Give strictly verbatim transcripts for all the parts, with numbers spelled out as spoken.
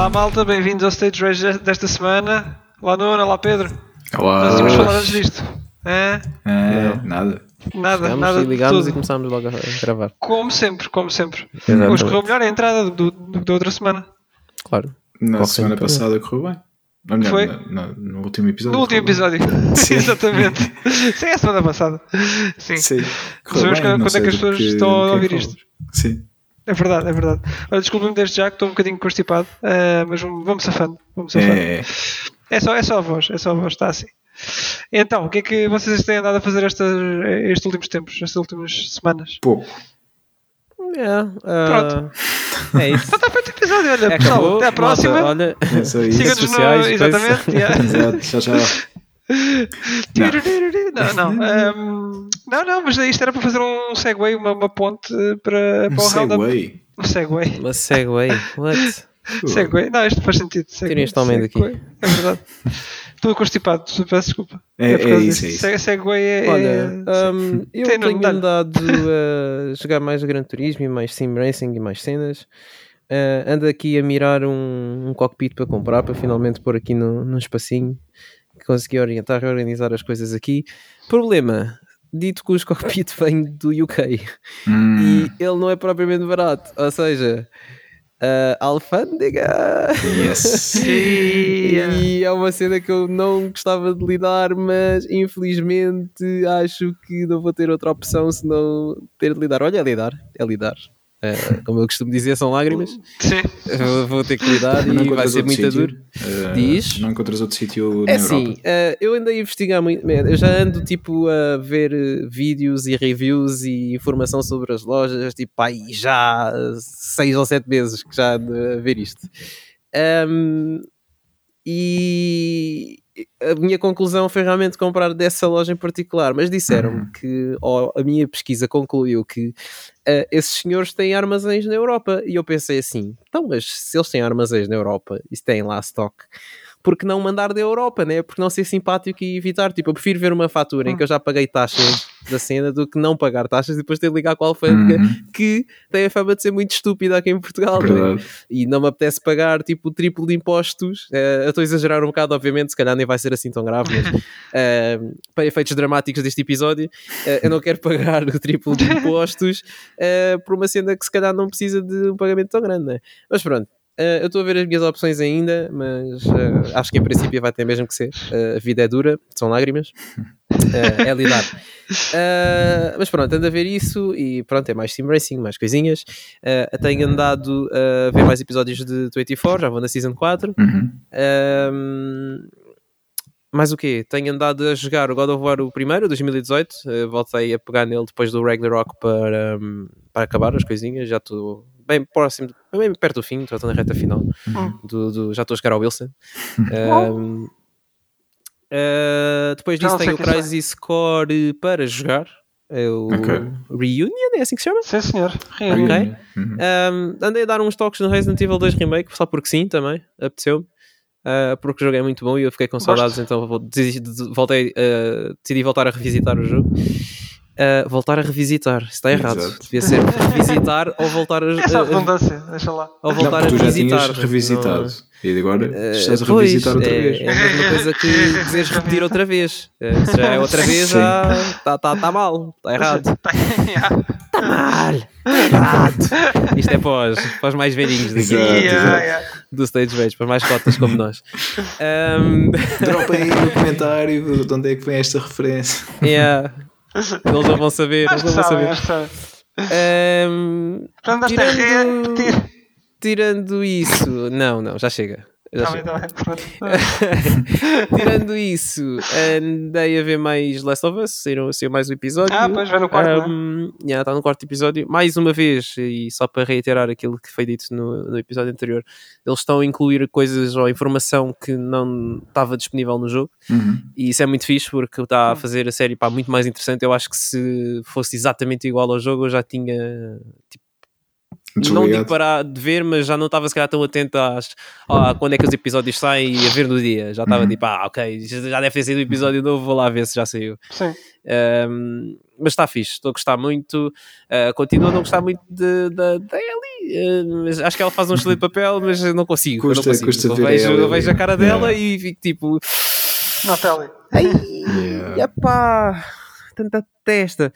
malta, bem-vindos ao Stage Rage desta semana. Olá Nuno, olá Pedro. Olá. Nós tínhamos falado antes disto. É? É, nada. Nada, Chegámos nada e ligámos tudo. e começámos logo a gravar. Como sempre, como sempre. Exatamente. Hoje correu melhor a entrada do, do, do da outra semana. Claro. Na Corre semana sempre. passada correu bem. Ou melhor, Foi? na- na- no último episódio. No último correu bem. episódio. Exatamente. Sim, é a semana passada. Sim. Sim. Sabemos Correu bem, quando não é sei que as do pessoas que- estão a do que é ouvir que isto. falas. Sim. É verdade, é verdade. Olha, desculpa-me desde já que estou um bocadinho constipado, eh, mas vamos vamos safando. Vamos safando. É, É só, é só a voz, é só a voz, está assim. Então, o que é que vocês têm andado a fazer estas, estes últimos tempos, estas últimas semanas? pouco. É, ah, é isso. Então está feito o episódio, olha, É, pessoal, acabou. até à próxima. Malta, olha, É só isso. Siga-nos no... sociais, Exatamente. coisa. yeah. Exato. Tchau, tchau. Não, não. ehm, não, não, mas isto era para fazer um segue, uma, uma ponte para, Um para o roundup. segue. Um segue. uma segue. What? Segue. Não, isto faz sentido. Segue. Tirem este homem daqui. Segue. É verdade. Estou constipado, peço desculpa. É, por é causa isso, disso. é isso. Se- Segue é. Olha, é- hum, eu Tem tenho novidade. andado a jogar mais Gran Turismo e mais Sim Racing e mais cenas. Ah, ando aqui a mirar um, um cockpit para comprar, para finalmente pôr aqui no, num espacinho. Consegui orientar, reorganizar as coisas aqui. Problema, dito que os cockpit vêm do U K Hum, e ele não é propriamente barato. Ou seja, a alfândega... yes. E é uma cena que eu não gostava de lidar, mas infelizmente acho que não vou ter outra opção senão ter de lidar. Olha, é lidar, é lidar. Eh, como eu costumo dizer, são lágrimas. Sim. Eu vou ter que lidar Não e vai encontras ser outro muito sítio? duro. Uh, Diz? Não encontras outro sítio É na assim, Europa? eh, eu andei a investigar muito, man, eu já ando tipo a ver eh, vídeos e reviews e informação sobre as lojas, tipo, pá, aí já eh, seis ou sete meses que já ando a ver isto. Ahm, e a minha conclusão foi realmente comprar dessa loja em particular, mas disseram-me Uhum. que ó, a minha pesquisa concluiu que eh, esses senhores têm armazéns na Europa, e eu pensei assim, então, mas se eles têm armazéns na Europa e se têm lá stock, por que não mandar da Europa, né? Por não ser simpático e evitar, tipo, eu prefiro ver uma fatura em que eu já paguei taxas da cena do que não pagar taxas e depois ter de ligar com a alfândega Uhum. que tem a fama de ser muito estúpida aqui em Portugal, não é? Verdade. E não me apetece pagar tipo o triplo de impostos. Eh, eu estou a exagerar um bocado, obviamente, se calhar nem vai ser assim tão grave, mas eh, para efeitos dramáticos deste episódio, eh, eu não quero pagar o triplo de impostos eh, por uma cena que se calhar não precisa de um pagamento tão grande, né? Mas pronto. eh, eu estou a ver as minhas opções ainda, mas eh, acho que em princípio vai ter mesmo que ser. Eh, a vida é dura, são lágrimas. Eh, é lidar. Uh, mas pronto, ando a ver isso e pronto, é mais Sim Racing, mais coisinhas. Uh, tenho andado a ver mais episódios de vinte e quatro, já vou na Season quatro. Uhum. Um, mais o quê? Tenho andado a jogar o God of War o primeiro, dois mil e dezoito. Uh, voltei a pegar nele depois do Ragnarok para, um, para acabar as coisinhas. Já estou bem próximo, bem perto do fim, já estou na reta final. Do, do- já estou a jogar ao Wilson. Um, Uh, depois Já disso não sei tenho o o que é Crisis Core para jogar. É o Ok. Reunion, é assim que se chama? Sim, senhor. Reunião. Ok. Uhum. Um, andei a dar uns toques no Resident Evil dois Remake, só porque sim também, apeteceu-me. Uh, porque o jogo é muito bom e eu fiquei com Gosto. saudades, então vou- desi- de- voltei, uh, decidi voltar a revisitar o jogo. Uh, voltar a revisitar, isso está errado. Exato. Devia ser revisitar ou voltar a, Essa a- a- redundância, deixa lá. ou Não, voltar tu a já visitar. tinhas revisitado. Não- E agora Eh, estás a pois, revisitar outra é, vez. É a mesma coisa que dizeres repetir outra vez. Eh, Se já é outra vez, Sim. já está tá, tá mal, está errado. Tá- yeah. Está mal, está errado. Isto é para os, para os mais velhinhos daqui, Exato, Yeah, exato. yeah. do Stage Rage, para os mais cotas como nós. Um, Dropa aí no comentário de onde é que vem esta referência. yeah. Eles não vão saber, Acho eles que não vão sabem, saber. acho que sabem. Um, Portanto, andaste a tirando, repetir. tirando isso, não, não, já chega. Já Tá chega. bem, tá bem, pronto. Tirando isso, andei a ver mais Last of Us, saiu, saiu mais um episódio. Ah, pois, vai no quarto, não é? um, yeah, está no quarto episódio. Mais uma vez, e só para reiterar aquilo que foi dito no, no episódio anterior, eles estão a incluir coisas ou informação que não estava disponível no jogo, Uhum. e isso é muito fixe porque está a fazer a série pá, muito mais interessante. Eu acho que se fosse exatamente igual ao jogo, eu já tinha tipo, não digo parar de ver, mas já não estava se calhar tão atento às, a quando é que os episódios saem e a ver no dia. Já estava uhum. tipo, ah, ok, já deve ter sido um episódio novo, vou lá ver se já saiu. Sim. Um, mas está fixe, estou a gostar muito. Uh, continuo a não gostar muito de, de, de Ellie. Uh, mas acho que ela faz um excelente papel, mas eu não consigo. Custa, eu não consigo. Custa eu, ver vejo, a eu vejo a cara dela yeah. e fico tipo, não, Ellie. Ai, yeah. Epá, tanta testa.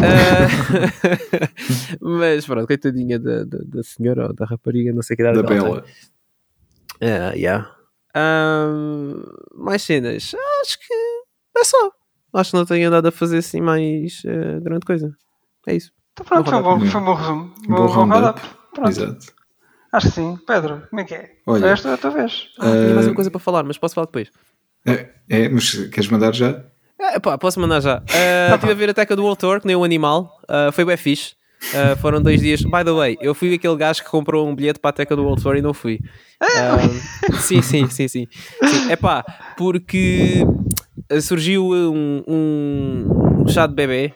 Uh, mas pronto, coitadinha da, da, da senhora ou da rapariga, não sei que idade da Bela. Uh, yeah. um, mais cenas, acho que é só. Acho que não tenho nada a fazer assim mais uh, grande coisa. É isso. Então pronto, foi um bom, foi um bom resumo. Bom, bom round-up. Exato. Acho que sim. Pedro, como é que é? Olha, esta é a tua vez. Ah, uh, tinha mais uma coisa para falar, mas posso falar depois. É, é mas queres mandar já? É, pá, posso mandar já. Uh, estive a ver a Teca do World Tour, que nem um animal. Uh, foi bem fixe. Uh, foram dois dias. By the way, eu fui aquele gajo que comprou um bilhete para a Teca do World Tour e não fui. Uh, sim, sim, sim, sim. É pá, porque surgiu um, um chá de bebê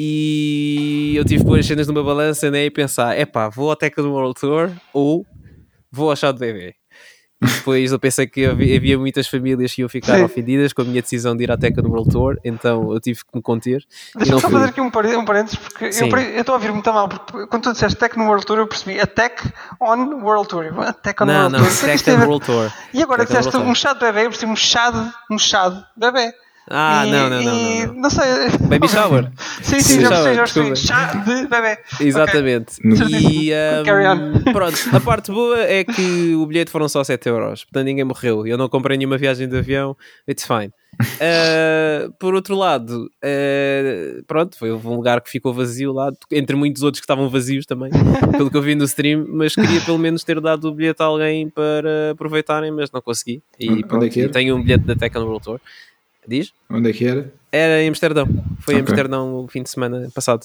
e eu tive que pôr as cenas numa balança, né, e pensar: é pá, vou à Teca do World Tour ou vou ao chá de bebê. Depois eu pensei que havia, havia muitas famílias que iam ficar Sim. ofendidas com a minha decisão de ir à Teca do World Tour, então eu tive que me conter. Deixa-me só fui. fazer aqui um parênteses, porque Sim. eu estou a ouvir muito mal, porque quando tu disseste Tech no World Tour, eu percebi a Tech on World Tour. A Tech on não, World não, Tour. Não, Tech on World Tour. E agora Tech disseste um chá de bebê, eu percebi um chá de, um chá de bebê. Ah, e, não, não, não, e, não, não. Não sei. Baby shower. Sim, sim, já percebi, já percebi. Chá de bebê. Exatamente. Okay. E um, pronto, a parte boa é que o bilhete foram só sete euros, portanto ninguém morreu. Eu não comprei nenhuma viagem de avião, it's fine. Uh, por outro lado, uh, pronto, foi um lugar que ficou vazio lá, entre muitos outros que estavam vazios também, pelo que eu vi no stream, mas queria pelo menos ter dado o bilhete a alguém para aproveitarem, mas não consegui. E, pronto, Onde é que era? E tenho um bilhete da Tech on World Tour. Diz? Onde é que era? Era em Amsterdão. Foi okay. em Amsterdão o fim de semana passado.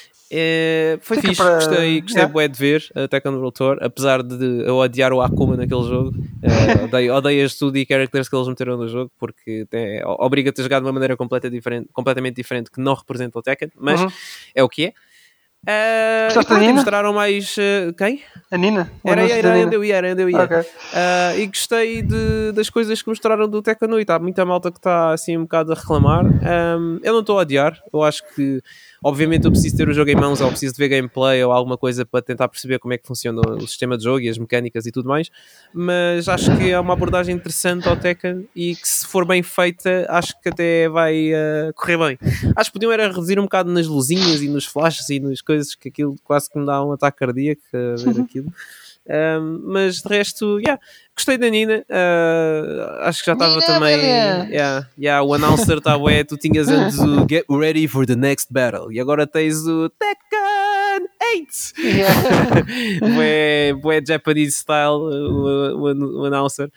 É, foi Fica fixe, para... gostei, gostei yeah. bué de ver a Tekken World Tour, apesar de eu odiar o Akuma naquele jogo. uh, odeio, odeio as tudo e characters que eles meteram no jogo, porque é, obriga-te a jogar de uma maneira completa diferente, completamente diferente, que não representa o Tekken, mas uhum. é o que é. Uh, e pronto, mostraram mais uh, quem? A Nina? Era, era, era onde eu ia, era onde eu ia. Okay. Uh, e gostei de, das coisas que mostraram do Tekken oito. Há muita malta que está assim um bocado a reclamar. Um, eu não estou a odiar. Eu acho que obviamente eu preciso ter o jogo em mãos, ou preciso de ver gameplay ou alguma coisa para tentar perceber como é que funciona o sistema de jogo e as mecânicas e tudo mais, mas acho que é uma abordagem interessante ao Tekken e que, se for bem feita, acho que até vai uh, correr bem. Acho que podiam era reduzir um bocado nas luzinhas e nos flashes e nas coisas, que aquilo quase que me dá um ataque cardíaco a ver aquilo. Um, mas de resto, yeah, gostei da Nina. Uh, acho que já estava também. Yeah, yeah, o announcer está bué. Tu tinhas antes o Get Ready for the Next Battle e agora tens o Tekken oito. Yeah. bué, bué Japanese style, o, o, o announcer.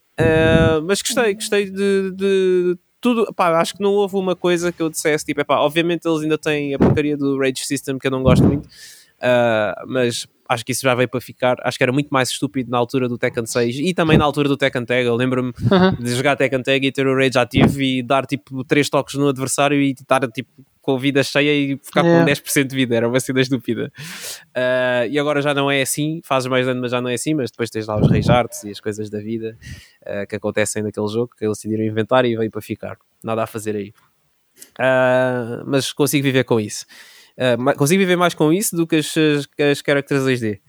Uh, mas gostei, gostei de, de tudo. Pá, acho que não houve uma coisa que eu dissesse tipo, epá, obviamente eles ainda têm a porcaria do Rage System que eu não gosto muito, uh, mas acho que isso já veio para ficar. Acho que era muito mais estúpido na altura do Tekken seis e também na altura do Tekken Tag. Eu lembro-me uhum. de jogar Tekken Tag e ter o Rage ativo e dar tipo três toques no adversário e estar tipo com a vida cheia e ficar yeah. com dez por cento de vida. Era uma cena estúpida. Uh, e agora já não é assim. Fazes mais dano, mas já não é assim. Mas depois tens lá os Rage Arts e as coisas da vida uh, que acontecem naquele jogo que eles decidiram inventar e veio para ficar. Nada a fazer aí. Uh, mas consigo viver com isso. Uh, consigo viver mais com isso do que as, as characters dois D.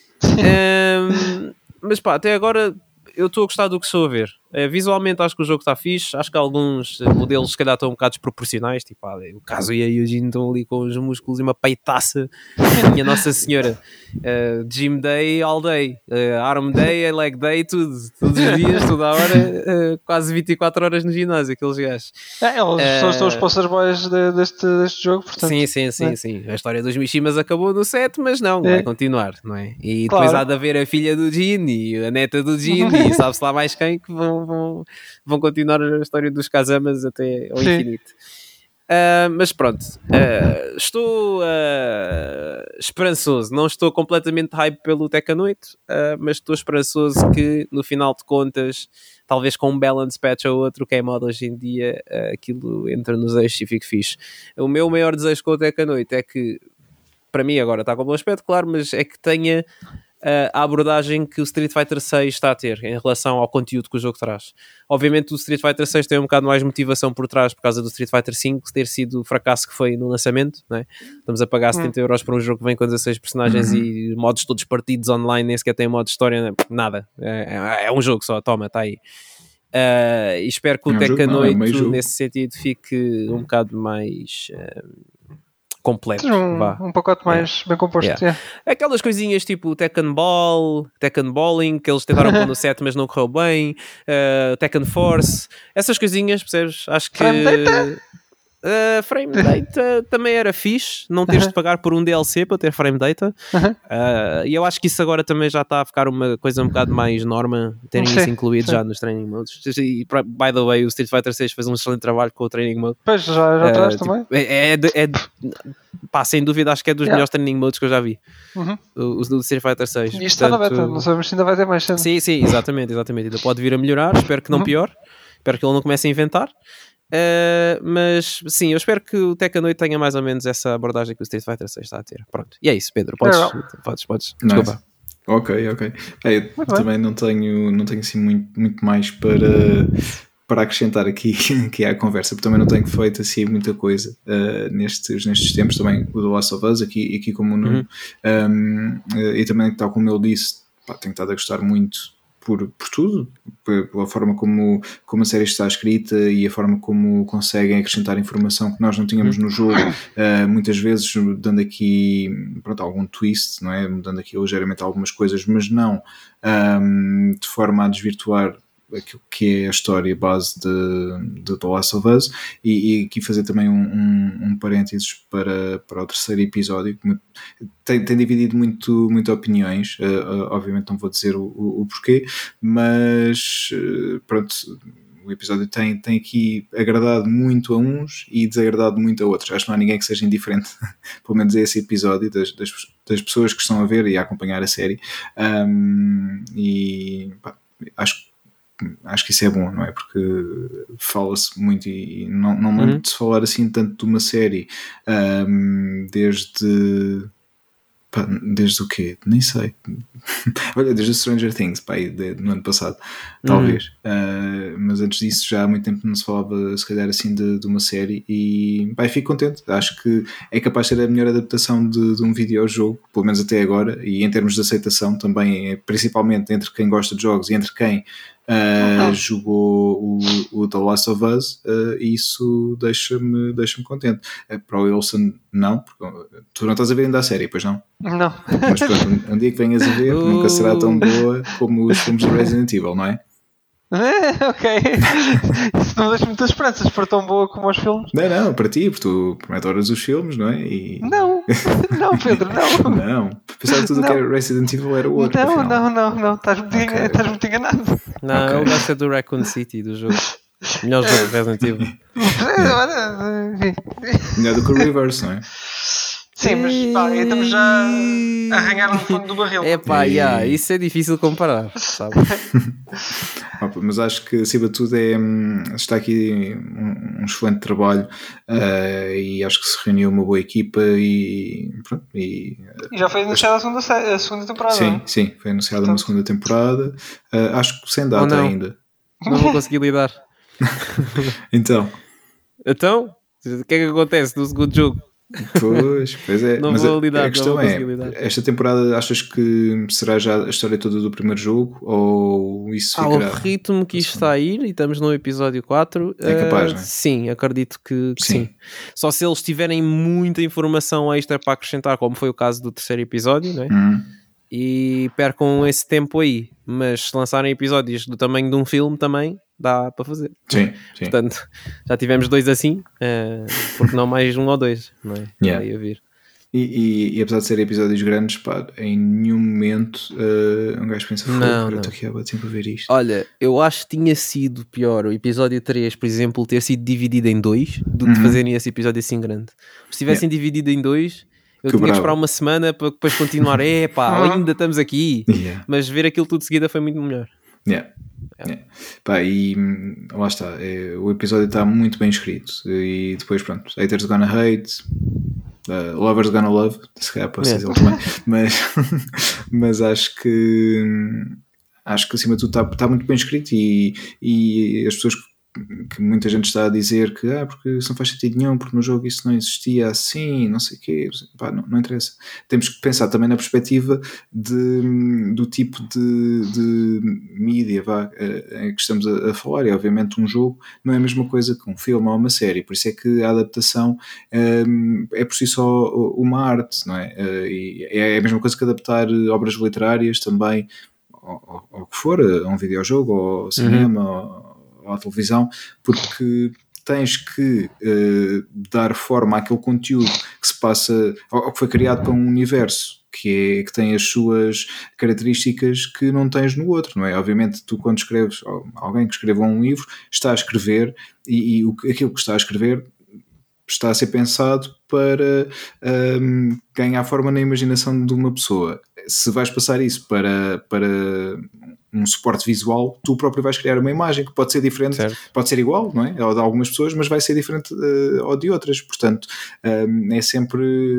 um, mas pá, até agora eu estou a gostar do que estou a ver. Uh, visualmente acho que o jogo está fixe. Acho que alguns modelos se calhar estão um bocado desproporcionais. Tipo, ah, o Kazuya e o Jin estão ali com os músculos e uma peitaça. Minha Nossa Senhora. Uh, Gym Day all day. Uh, Arm Day, Leg Day, tudo. Todos os dias, toda a hora. Uh, quase vinte e quatro horas no ginásio, aqueles gajos. É, eles uh, são os poster boys de, deste, deste jogo, portanto. Sim, sim, sim, é. sim. A história dos Mishimas acabou no sete, mas não, é. vai continuar, não é? E depois claro. há de haver a filha do Jin e a neta do Jin e sabe-se lá mais quem que vão, vão, vão continuar a história dos Kazamas até ao sim. infinito. Uh, mas pronto, uh, estou uh, esperançoso, não estou completamente hype pelo Tekken oito, uh, mas estou esperançoso que no final de contas, talvez com um balance patch ou outro, que é modo hoje em dia, uh, aquilo entra nos eixos e fique fixe. O meu maior desejo com o Tekken oito é que para mim agora está com bom aspecto, claro, mas é que tenha uh, a abordagem que o Street Fighter seis está a ter em relação ao conteúdo que o jogo traz. Obviamente o Street Fighter seis tem um bocado mais motivação por trás por causa do Street Fighter cinco ter sido o fracasso que foi no lançamento, não é? Estamos a pagar setenta euros por um jogo que vem com dezasseis personagens uhum. e modos todos partidos online, nem sequer tem modo de história, nada, é, é, é um jogo só, toma, está aí. Uh, e espero que o é um Tekken oito é nesse sentido fique um bocado mais uh, completo, um, vá. um pacote mais é. bem composto. Yeah. Yeah. Aquelas coisinhas tipo Tekken Ball, Tekken Bowling, que eles tentaram pôr no set mas não correu bem, uh, Tekken Force, essas coisinhas, percebes? Acho que frame data, uh, frame data também era fixe, não teres uh-huh. de pagar por um D L C para ter frame data, uh-huh. uh, e eu acho que isso agora também já está a ficar uma coisa um bocado mais norma, terem sim, isso incluído sim. já nos training modes. E, by the way, o Street Fighter seis fez um excelente trabalho com o training mode. Pois, já, já uh, traz tipo, também. É, é, é, pá, sem dúvida, acho que é dos yeah. melhores training modes que eu já vi. Uhum. O, o do Street Fighter seis. E isto está na beta, não sabemos se ainda vai ter mais cedo. Sim, sim, exatamente, exatamente. Ainda pode vir a melhorar, espero que não uhum. pior. Espero que ele não comece a inventar. Uh, mas sim, eu espero que o Tekken oito tenha mais ou menos essa abordagem que o Street Fighter seis está a ter. Pronto. E é isso, Pedro. Podes, é, podes, podes. Nice. Desculpa. Ok, ok. É, eu também não tenho, não tenho assim muito, muito mais para, para acrescentar aqui, aqui à conversa, porque também não tenho feito assim muita coisa uh, nestes, nestes tempos. Também o The Last of Us, aqui, aqui como o Nuno, uhum. um, uh, e também, tal como ele disse, pá, tenho estado a gostar muito. Por, por tudo, pela forma como, como a série está escrita e a forma como conseguem acrescentar informação que nós não tínhamos no jogo, uh, muitas vezes dando aqui pronto, algum twist, não é? Mudando aqui ligeiramente algumas coisas, mas não um, de forma a desvirtuar aquilo que é a história base de, de The Last of Us, e, e aqui fazer também um, um, um parênteses para, para o terceiro episódio, que tem, tem dividido muito, muito opiniões, uh, uh, obviamente não vou dizer o, o, o porquê, mas uh, pronto, o episódio tem, tem aqui agradado muito a uns e desagradado muito a outros. Acho que não há ninguém que seja indiferente, pelo menos a esse episódio, das, das, das pessoas que estão a ver e a acompanhar a série, um, e pá, acho que acho que isso é bom, não é? Porque fala-se muito e não, não me lembro uhum. de se falar assim tanto de uma série um, desde pá, desde o quê? Nem sei. Olha, desde Stranger Things, pá, de, no ano passado, talvez. Uhum. Uh, mas antes disso já há muito tempo não se falava, se calhar, assim de, de uma série, e pá, fico contente. Acho que é capaz de ser a melhor adaptação de, de um videojogo, pelo menos até agora, e em termos de aceitação também, principalmente entre quem gosta de jogos e entre quem Uh, uhum. jogou o, o The Last of Us, uh, e isso deixa-me, deixa-me contente. Uh, para o Wilson, não, porque tu não estás a ver ainda a série, pois não? Não. Mas pronto, um, um dia que venhas a ver, uh. nunca será tão boa como os filmes de Resident Evil, não é? É, ok. Isso não deixa muitas esperanças para tão boa como os filmes. Não, não, para ti, porque tu adoras os filmes, não é? E... Não, não, Pedro, não. Não, pensava que tudo que era Resident Evil era outro. Não, não, não, não, estás muito, okay. engan... estás muito enganado. Não, okay. Eu gosto do Raccoon City, do jogo. Melhor jogo de Resident Evil. Melhor do que o Reverse, não é? Sim, mas pá, estamos já a arranhar no fundo do barril. É pá, e... yeah, isso é difícil comparar, sabe? Mas acho que, acima de tudo, é, está aqui um, um excelente trabalho, uh, e acho que se reuniu uma boa equipa e pronto. E, e já foi anunciada a segunda, a segunda temporada, sim, não é? Sim, foi anunciada uma segunda temporada, uh, acho que sem data não. ainda. Não vou conseguir lidar. Então? Então? O que é que acontece no segundo jogo? Pois, pois é. Não mas vou a, lidar, a questão não é, lidar. Esta temporada achas que será já a história toda do primeiro jogo, ou isso ah, ficará... Ao ritmo que isto está a ir, e estamos no episódio quatro, é capaz, uh, não é? Sim, acredito que, que sim. sim. Só se eles tiverem muita informação extra para acrescentar, como foi o caso do terceiro episódio, não é? Hum. E percam esse tempo aí, mas se lançarem episódios do tamanho de um filme também dá para fazer. Sim, sim. Portanto, já tivemos dois assim, uh, porque não mais um ou dois, não é? Yeah. Aí a vir. E, e, e apesar de serem episódios grandes, pá, em nenhum momento uh, um gajo pensa, não, eu estou aqui há bastante tempo a ver isto. Olha, eu acho que tinha sido pior o episódio três, por exemplo, ter sido dividido em dois do que uhum. fazerem esse episódio assim grande. Se tivessem yeah. dividido em dois, eu que tinha bravo. que esperar uma semana para depois continuar. É pá, ainda estamos aqui. Yeah. Mas ver aquilo tudo de seguida foi muito melhor. Yeah. Yeah. Yeah. Pá, e lá está, é, o episódio está muito bem escrito, e depois pronto, haters gonna hate, Uh, Lovers Gonna Love, se calhar posso dizer também, mas, mas acho que acho que acima de tudo está, está muito bem escrito e, e as pessoas que, que muita gente está a dizer que ah, porque isso não faz sentido nenhum, porque no jogo isso não existia assim, não sei o quê, pá, não, não interessa. Temos que pensar também na perspectiva de, do tipo de, de mídia vá, em que estamos a, a falar, e obviamente um jogo não é a mesma coisa que um filme ou uma série, por isso é que a adaptação um, é por si só uma arte, não é? E é a mesma coisa que adaptar obras literárias também, ou o que for, a um videojogo, ou ao cinema, uhum. ou, ou à televisão, porque tens que uh, dar forma àquele conteúdo que se passa, ou que foi criado para um universo que, é, que tem as suas características que não tens no outro, não é? Obviamente tu quando escreves, alguém que escreva um livro está a escrever e, e o, aquilo que está a escrever está a ser pensado para um, ganhar forma na imaginação de uma pessoa. Se vais passar isso para, para um suporte visual, tu próprio vais criar uma imagem que pode ser diferente, certo. Pode ser igual, não é? Ou de algumas pessoas, mas vai ser diferente uh, ou de outras. Portanto, um, é sempre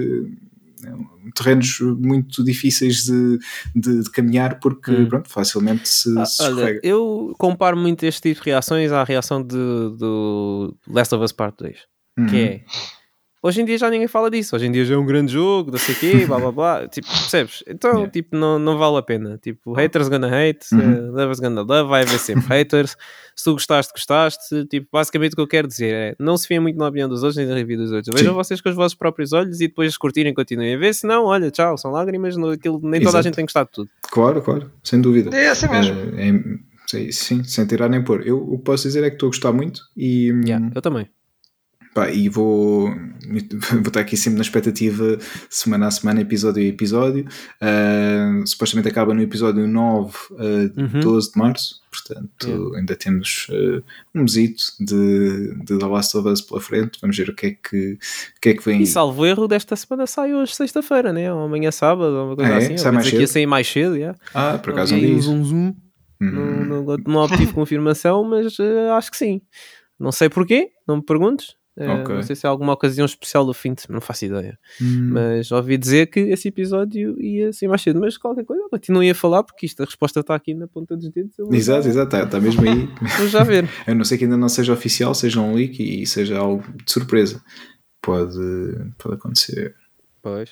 uh, terrenos muito difíceis de, de, de caminhar porque hum. pronto, facilmente se, ah, se olha, eu comparo muito este tipo de reações à reação de, do Last of Us Part dois. Uhum. Que é, hoje em dia já ninguém fala disso, hoje em dia já é um grande jogo, não sei o quê, blá blá blá, tipo, percebes? Então, yeah. tipo, não, não vale a pena, tipo, haters gonna hate, uhum. uh, lovers gonna love, vai haver sempre haters, se tu gostaste, gostaste, tipo, basicamente o que eu quero dizer é, não se fiem muito na opinião dos outros, nem na review dos outros, vejam vocês com os vossos próprios olhos e depois curtirem, continuem a ver, se não, olha, tchau, são lágrimas, no, aquilo, nem Exato. Toda a gente tem gostado de tudo. Claro, claro, sem dúvida. É assim mesmo. É, é, sim, sem tirar nem pôr. Eu, o que posso dizer é que estou a gostar muito e... Yeah, eu também. Pá, e vou, vou estar aqui sempre na expectativa, semana a semana, episódio a episódio. Uh, supostamente acaba no episódio nove, uh, uhum. doze de março. Portanto, yeah. ainda temos uh, um mesito de, de The Last of Us pela frente. Vamos ver o que é que, o que, é que vem. E salvo erro, desta semana sai hoje sexta-feira, né? Ou amanhã sábado, ou uma coisa ah, é? assim. Sai mais cedo? Aqui ia sair mais cedo. Yeah. Ah, por acaso não vi isso. Um zoom. Hum. Não, não, não obtive confirmação, mas uh, acho que sim. Não sei porquê, não me perguntes. Okay. Uh, não sei se é alguma ocasião especial do fim de semana, não faço ideia. Hum. Mas ouvi dizer que esse episódio ia ser mais cedo. Mas qualquer coisa, continuem a falar, porque isto, a resposta está aqui na ponta dos dedos. Exato, exato, está, está mesmo aí. Vamos já ver. A não ser que ainda não seja oficial, seja um leak e seja algo de surpresa. Pode, pode acontecer. Pois.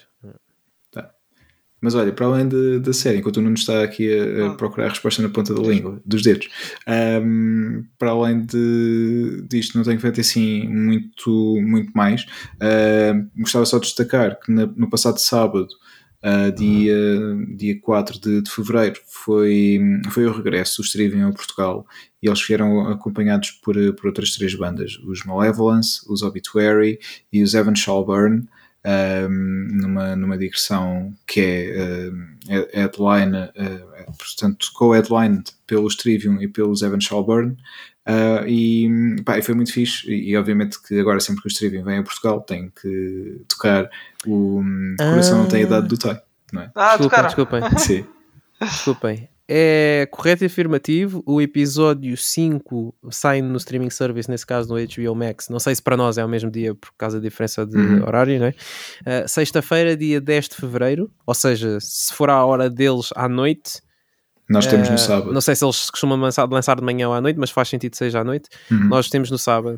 Mas olha, para além de, da série, enquanto o Nuno está aqui a, a procurar a resposta na ponta da língua, dos dedos, um, para além de, disto, não tenho feito assim muito, muito mais. Uh, gostava só de destacar que na, no passado sábado, uh, dia, dia quatro de, de fevereiro, foi, foi o regresso dos Trivium ao Portugal e eles vieram acompanhados por, por outras três bandas, os Malevolence, os Obituary e os Evan Shalburn. Um, numa, numa digressão que é uh, headline, uh, portanto co-headlined pelos Trivium e pelos Evan Shalburn, uh, e pá, foi muito fixe e, e obviamente que agora sempre que os Trivium vêm a Portugal tem que tocar o um, Coração ah. Não Tem a Idade do Toy, não é? Ah, desculpem, desculpem. Sim. Desculpem. É correto e afirmativo. O episódio cinco sai no streaming service, nesse caso no H B O Max. Não sei se para nós é ao mesmo dia por causa da diferença de uhum. horário, não é? Uh, sexta-feira, dia dez de fevereiro, ou seja, se for à hora deles à noite. Nós temos uh, no sábado. Não sei se eles costumam lançar, lançar de manhã ou à noite, mas faz sentido que seja à noite. Uhum. Nós temos no sábado.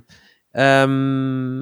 Um,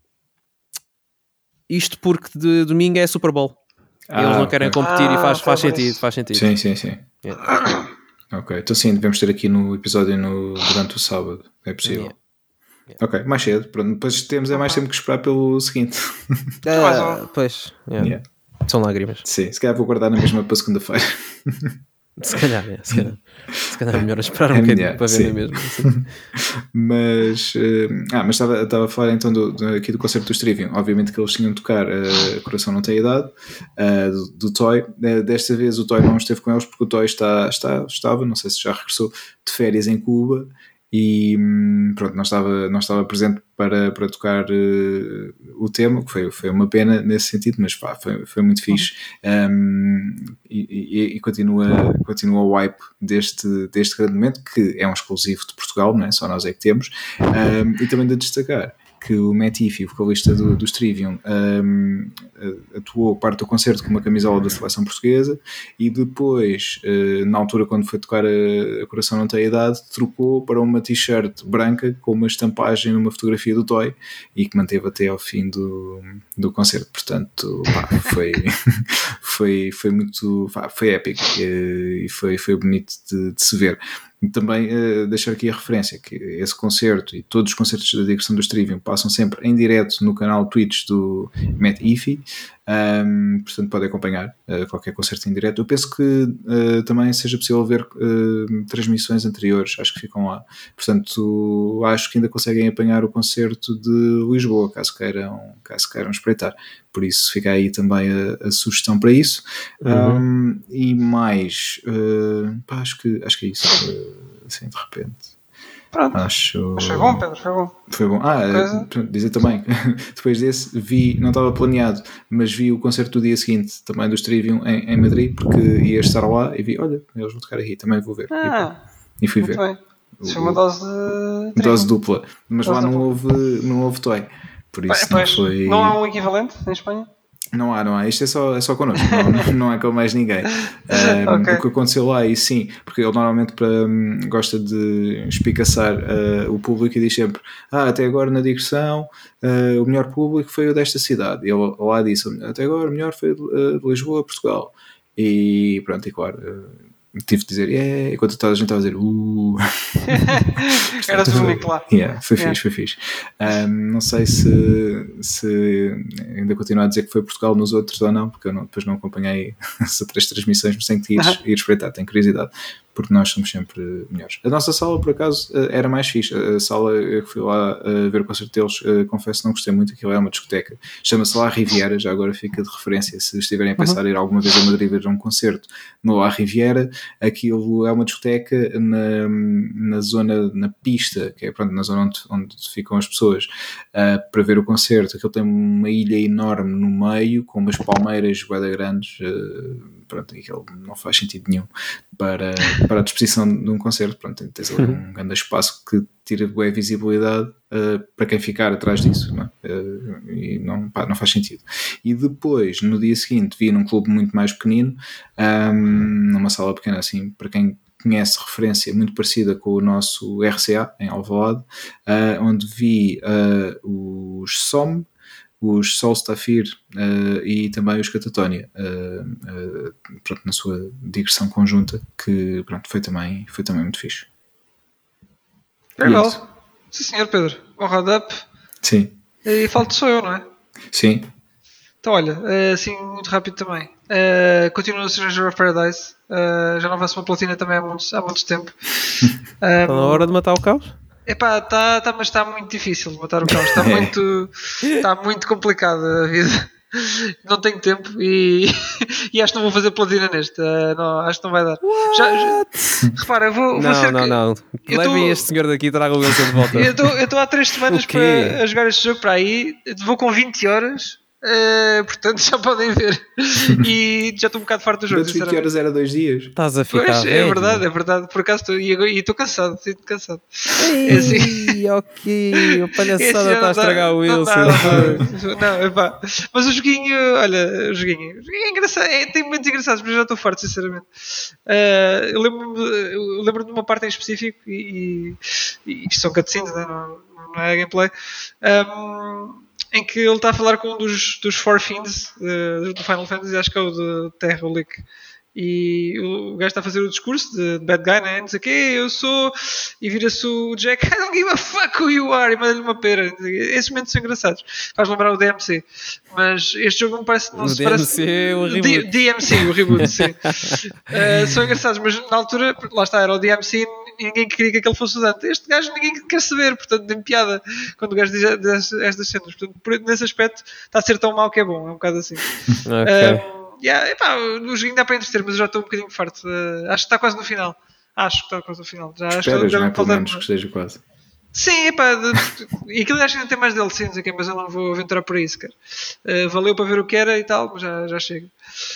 isto porque de domingo é Super Bowl. Ah, eles não querem okay. competir ah, e faz, faz sentido, faz sentido. Sim, sim, sim. Yeah. Ok, então sim, devemos ter aqui no episódio no, durante o sábado, é possível. Yeah. Yeah. Ok, mais cedo, pronto, depois temos é mais tempo que esperar pelo seguinte. Uh, pois, yeah. Yeah. São lágrimas. Sim, se calhar vou guardar na mesma para segunda-feira. Se calhar, é, se calhar. Se calhar é melhor esperar um bocadinho yeah, para ver mesmo. Assim. Mas, uh, ah, mas estava, estava a falar então do, do, aqui do concerto dos Trivium. Obviamente que eles tinham de tocar uh, Coração Não Tem Idade, uh, do, do Toy. Uh, desta vez o Toy não esteve com eles porque o Toy está, está, estava, não sei se já regressou, de férias em Cuba. E pronto, não estava, não estava presente para, para tocar uh, o tema, que foi, foi uma pena nesse sentido, mas pá, foi, foi muito fixe. Um, e, e, e continua, continua o hype deste, deste grande momento, que é um exclusivo de Portugal, não é? Só nós é que temos. Um, e também de destacar que o Matt Heafy, vocalista do, do Trivium, um, atuou parte do concerto com uma camisola da seleção portuguesa e depois, uh, na altura quando foi tocar a, a Coração Não Tem Idade, trocou para uma t-shirt branca com uma estampagem numa fotografia do Toy e que manteve até ao fim do, do concerto. Portanto, pá, foi, foi, foi muito pá, foi épico e foi, foi bonito de, de se ver. E também uh, deixar aqui a referência que esse concerto e todos os concertos da Digressão do Trivium passam sempre em direto no canal Twitch do Matt Heafy, um, portanto podem acompanhar uh, qualquer concerto em direto. Eu penso que uh, também seja possível ver uh, transmissões anteriores, acho que ficam lá, portanto acho que ainda conseguem apanhar o concerto de Lisboa, caso queiram, caso queiram espreitar, por isso fica aí também a, a sugestão para isso. Uhum. Um, e mais uh, pá, acho, que, acho que é isso uh, assim de repente. Pronto. Acho... Mas foi bom, Pedro, foi bom. Foi bom. Ah, uh, dizer também, depois desse vi, não estava planeado, mas vi o concerto do dia seguinte também do Trivium em, em Madrid, porque ia estar lá e vi, olha, eles vão tocar aqui, também vou ver. Ah, e, e fui ver. Bem. Isso foi uma dose de dose dupla, mas dose lá dupla. Não, houve, não houve toy, por isso pois, não foi. Não há um equivalente em Espanha? Não há, não há. Isto é só, é só connosco, não, não há com mais ninguém. Um, okay. O que aconteceu lá, e sim, porque ele normalmente para, um, gosta de espicaçar uh, o público e diz sempre: Ah, até agora na digressão uh, o melhor público foi o desta cidade. E ele lá disse: Até agora o melhor foi uh, de Lisboa, Portugal. E pronto, e claro. Uh, tive de dizer, yeah, enquanto toda a gente estava a dizer, uh. Era tudo único lá. Yeah, foi yeah. fixe, foi fixe. Um, não sei se, se ainda continuo a dizer que foi Portugal nos outros ou não, porque eu não, depois não acompanhei as outras transmissões, mas tenho que ir, uh-huh. ir espreitar, tenho curiosidade, porque nós somos sempre melhores. A nossa sala, por acaso, era mais fixe. A sala que fui lá ver o concerto deles, confesso que não gostei muito, aquilo é uma discoteca. Chama-se La Riviera, já agora fica de referência, se estiverem a pensar em ir alguma vez a Madrid ver um concerto no La Riviera. Aquilo é uma discoteca na, na zona, na pista, que é pronto, na zona onde, onde ficam as pessoas uh, para ver o concerto. Aquilo tem uma ilha enorme no meio, com umas palmeiras bué grandes, uh, pronto, aquilo não faz sentido nenhum para, para a disposição de um concerto. Pronto, tens ali um grande espaço que tira boa visibilidade uh, para quem ficar atrás disso, não é? uh, e não, pá, não faz sentido. E depois, no dia seguinte, vi num clube muito mais pequenino, um, numa sala pequena assim, para quem conhece referência muito parecida com o nosso R C A em Alvalade, uh, onde vi uh, os S O M, os Solstafir uh, e também os Catatonia, uh, uh, pronto, na sua digressão conjunta, que pronto, foi, também, foi também muito fixe. É igual. Sim, senhor Pedro. Honrado up. Sim. E falta sou eu, não é? Sim. Então, olha, assim, muito rápido também. Uh, continuo no Stranger of Paradise. Uh, já não faço uma platina também há muito, há muito tempo. Um, Está na hora de matar o caos? Epá, tá, tá, mas está muito difícil de matar o caos. Está muito, está muito complicado a vida. Não tenho tempo e, e acho que não vou fazer platina neste. Uh, não, acho que não vai dar. Já, já, repara, eu vou, não, vou ser. Não, não, não. Levem este senhor daqui e tragam o Wilson de volta. Eu estou há três semanas para a jogar este jogo para aí. Vou com vinte horas. Uh, portanto já podem ver e já estou um bocado farto do jogo. Das vinte horas era dois dias. Estás a ficar pois, velho. É verdade, é verdade. Por acaso estou e estou cansado, sinto cansado. Ei, é assim, ok, o palhaçada está a estragar o Wilson. Não, não, não, não, epá. Mas o joguinho, olha, o joguinho, o joguinho é engraçado, é, tem momentos engraçados, mas já estou farto, sinceramente. Uh, eu lembro-me eu lembro de uma parte em específico e, e, e isto são cutscenes, né? não, não é gameplay. Um, em que ele está a falar com um dos, dos Four Fiends uh, do Final Fantasy, acho que é o de Terra Lick. E o gajo está a fazer o discurso de bad guy, né? Não sei o quê, eu sou. E vira-se o Jack, I don't give a fuck who you are, e manda-lhe uma pera. Esses momentos são engraçados. Faz lembrar o D M C. Mas este jogo não parece. Não o se D M C, parece. o reboot. D- DMC, o reboot, sim. uh, são engraçados, mas na altura, lá está, era o D M C e ninguém queria que aquele fosse o Dante. Este gajo ninguém quer saber, portanto, tem piada quando o gajo diz estas cenas. Portanto, nesse aspecto, está a ser tão mau que é bom. É um bocado assim. Ok. Uh, Yeah, epá, o joguinho dá para entreter, mas eu já estou um bocadinho farto. Uh, acho que está quase no final. Acho que está quase no final. Já, Esperas, acho que não é? Pelo menos que esteja quase. Sim, epá, de, e aquilo acho que ainda tem mais D L C, aqui, mas eu não vou aventurar por isso, cara. Uh, valeu para ver o que era e tal, mas já, já chega.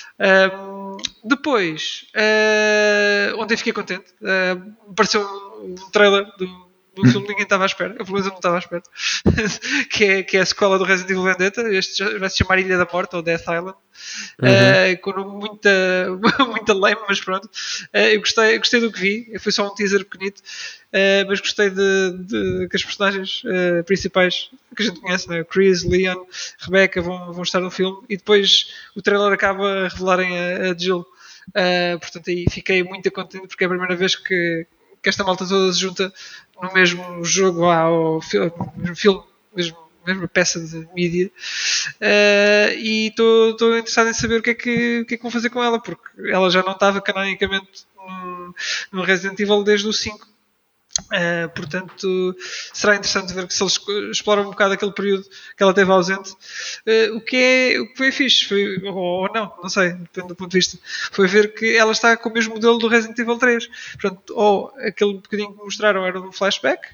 Um, depois, uh, ontem fiquei contente. Uh, apareceu um trailer do num filme que ninguém estava à espera, eu pelo menos eu não estava à espera, que, é, que é a sequela do Resident Evil Vendetta. Este vai se chamar Ilha da Morte ou Death Island, uhum. uh, com muita, muita lame, mas pronto. Uh, eu gostei, gostei do que vi, foi só um teaser pequenito, uh, mas gostei de, de que as personagens uh, principais que a gente conhece, né? Chris, Leon, Rebecca vão, vão estar no filme, e depois o trailer acaba a revelarem a, a Jill. Uh, portanto, aí fiquei muito contente porque é a primeira vez que, que esta malta toda se junta no mesmo jogo, ao filme, filme mesmo, mesma peça de mídia, uh, e estou interessado em saber o que, é que, o que é que vão fazer com ela, porque ela já não estava canonicamente no, no Resident Evil desde o cinco. Uh, portanto, será interessante ver que se eles exploram um bocado aquele período que ela esteve ausente. Uh, o, que é, o que foi fixe, foi, ou, ou não, não sei, depende do ponto de vista, foi ver que ela está com o mesmo modelo do Resident Evil três. Portanto, ou aquele bocadinho que mostraram era um flashback,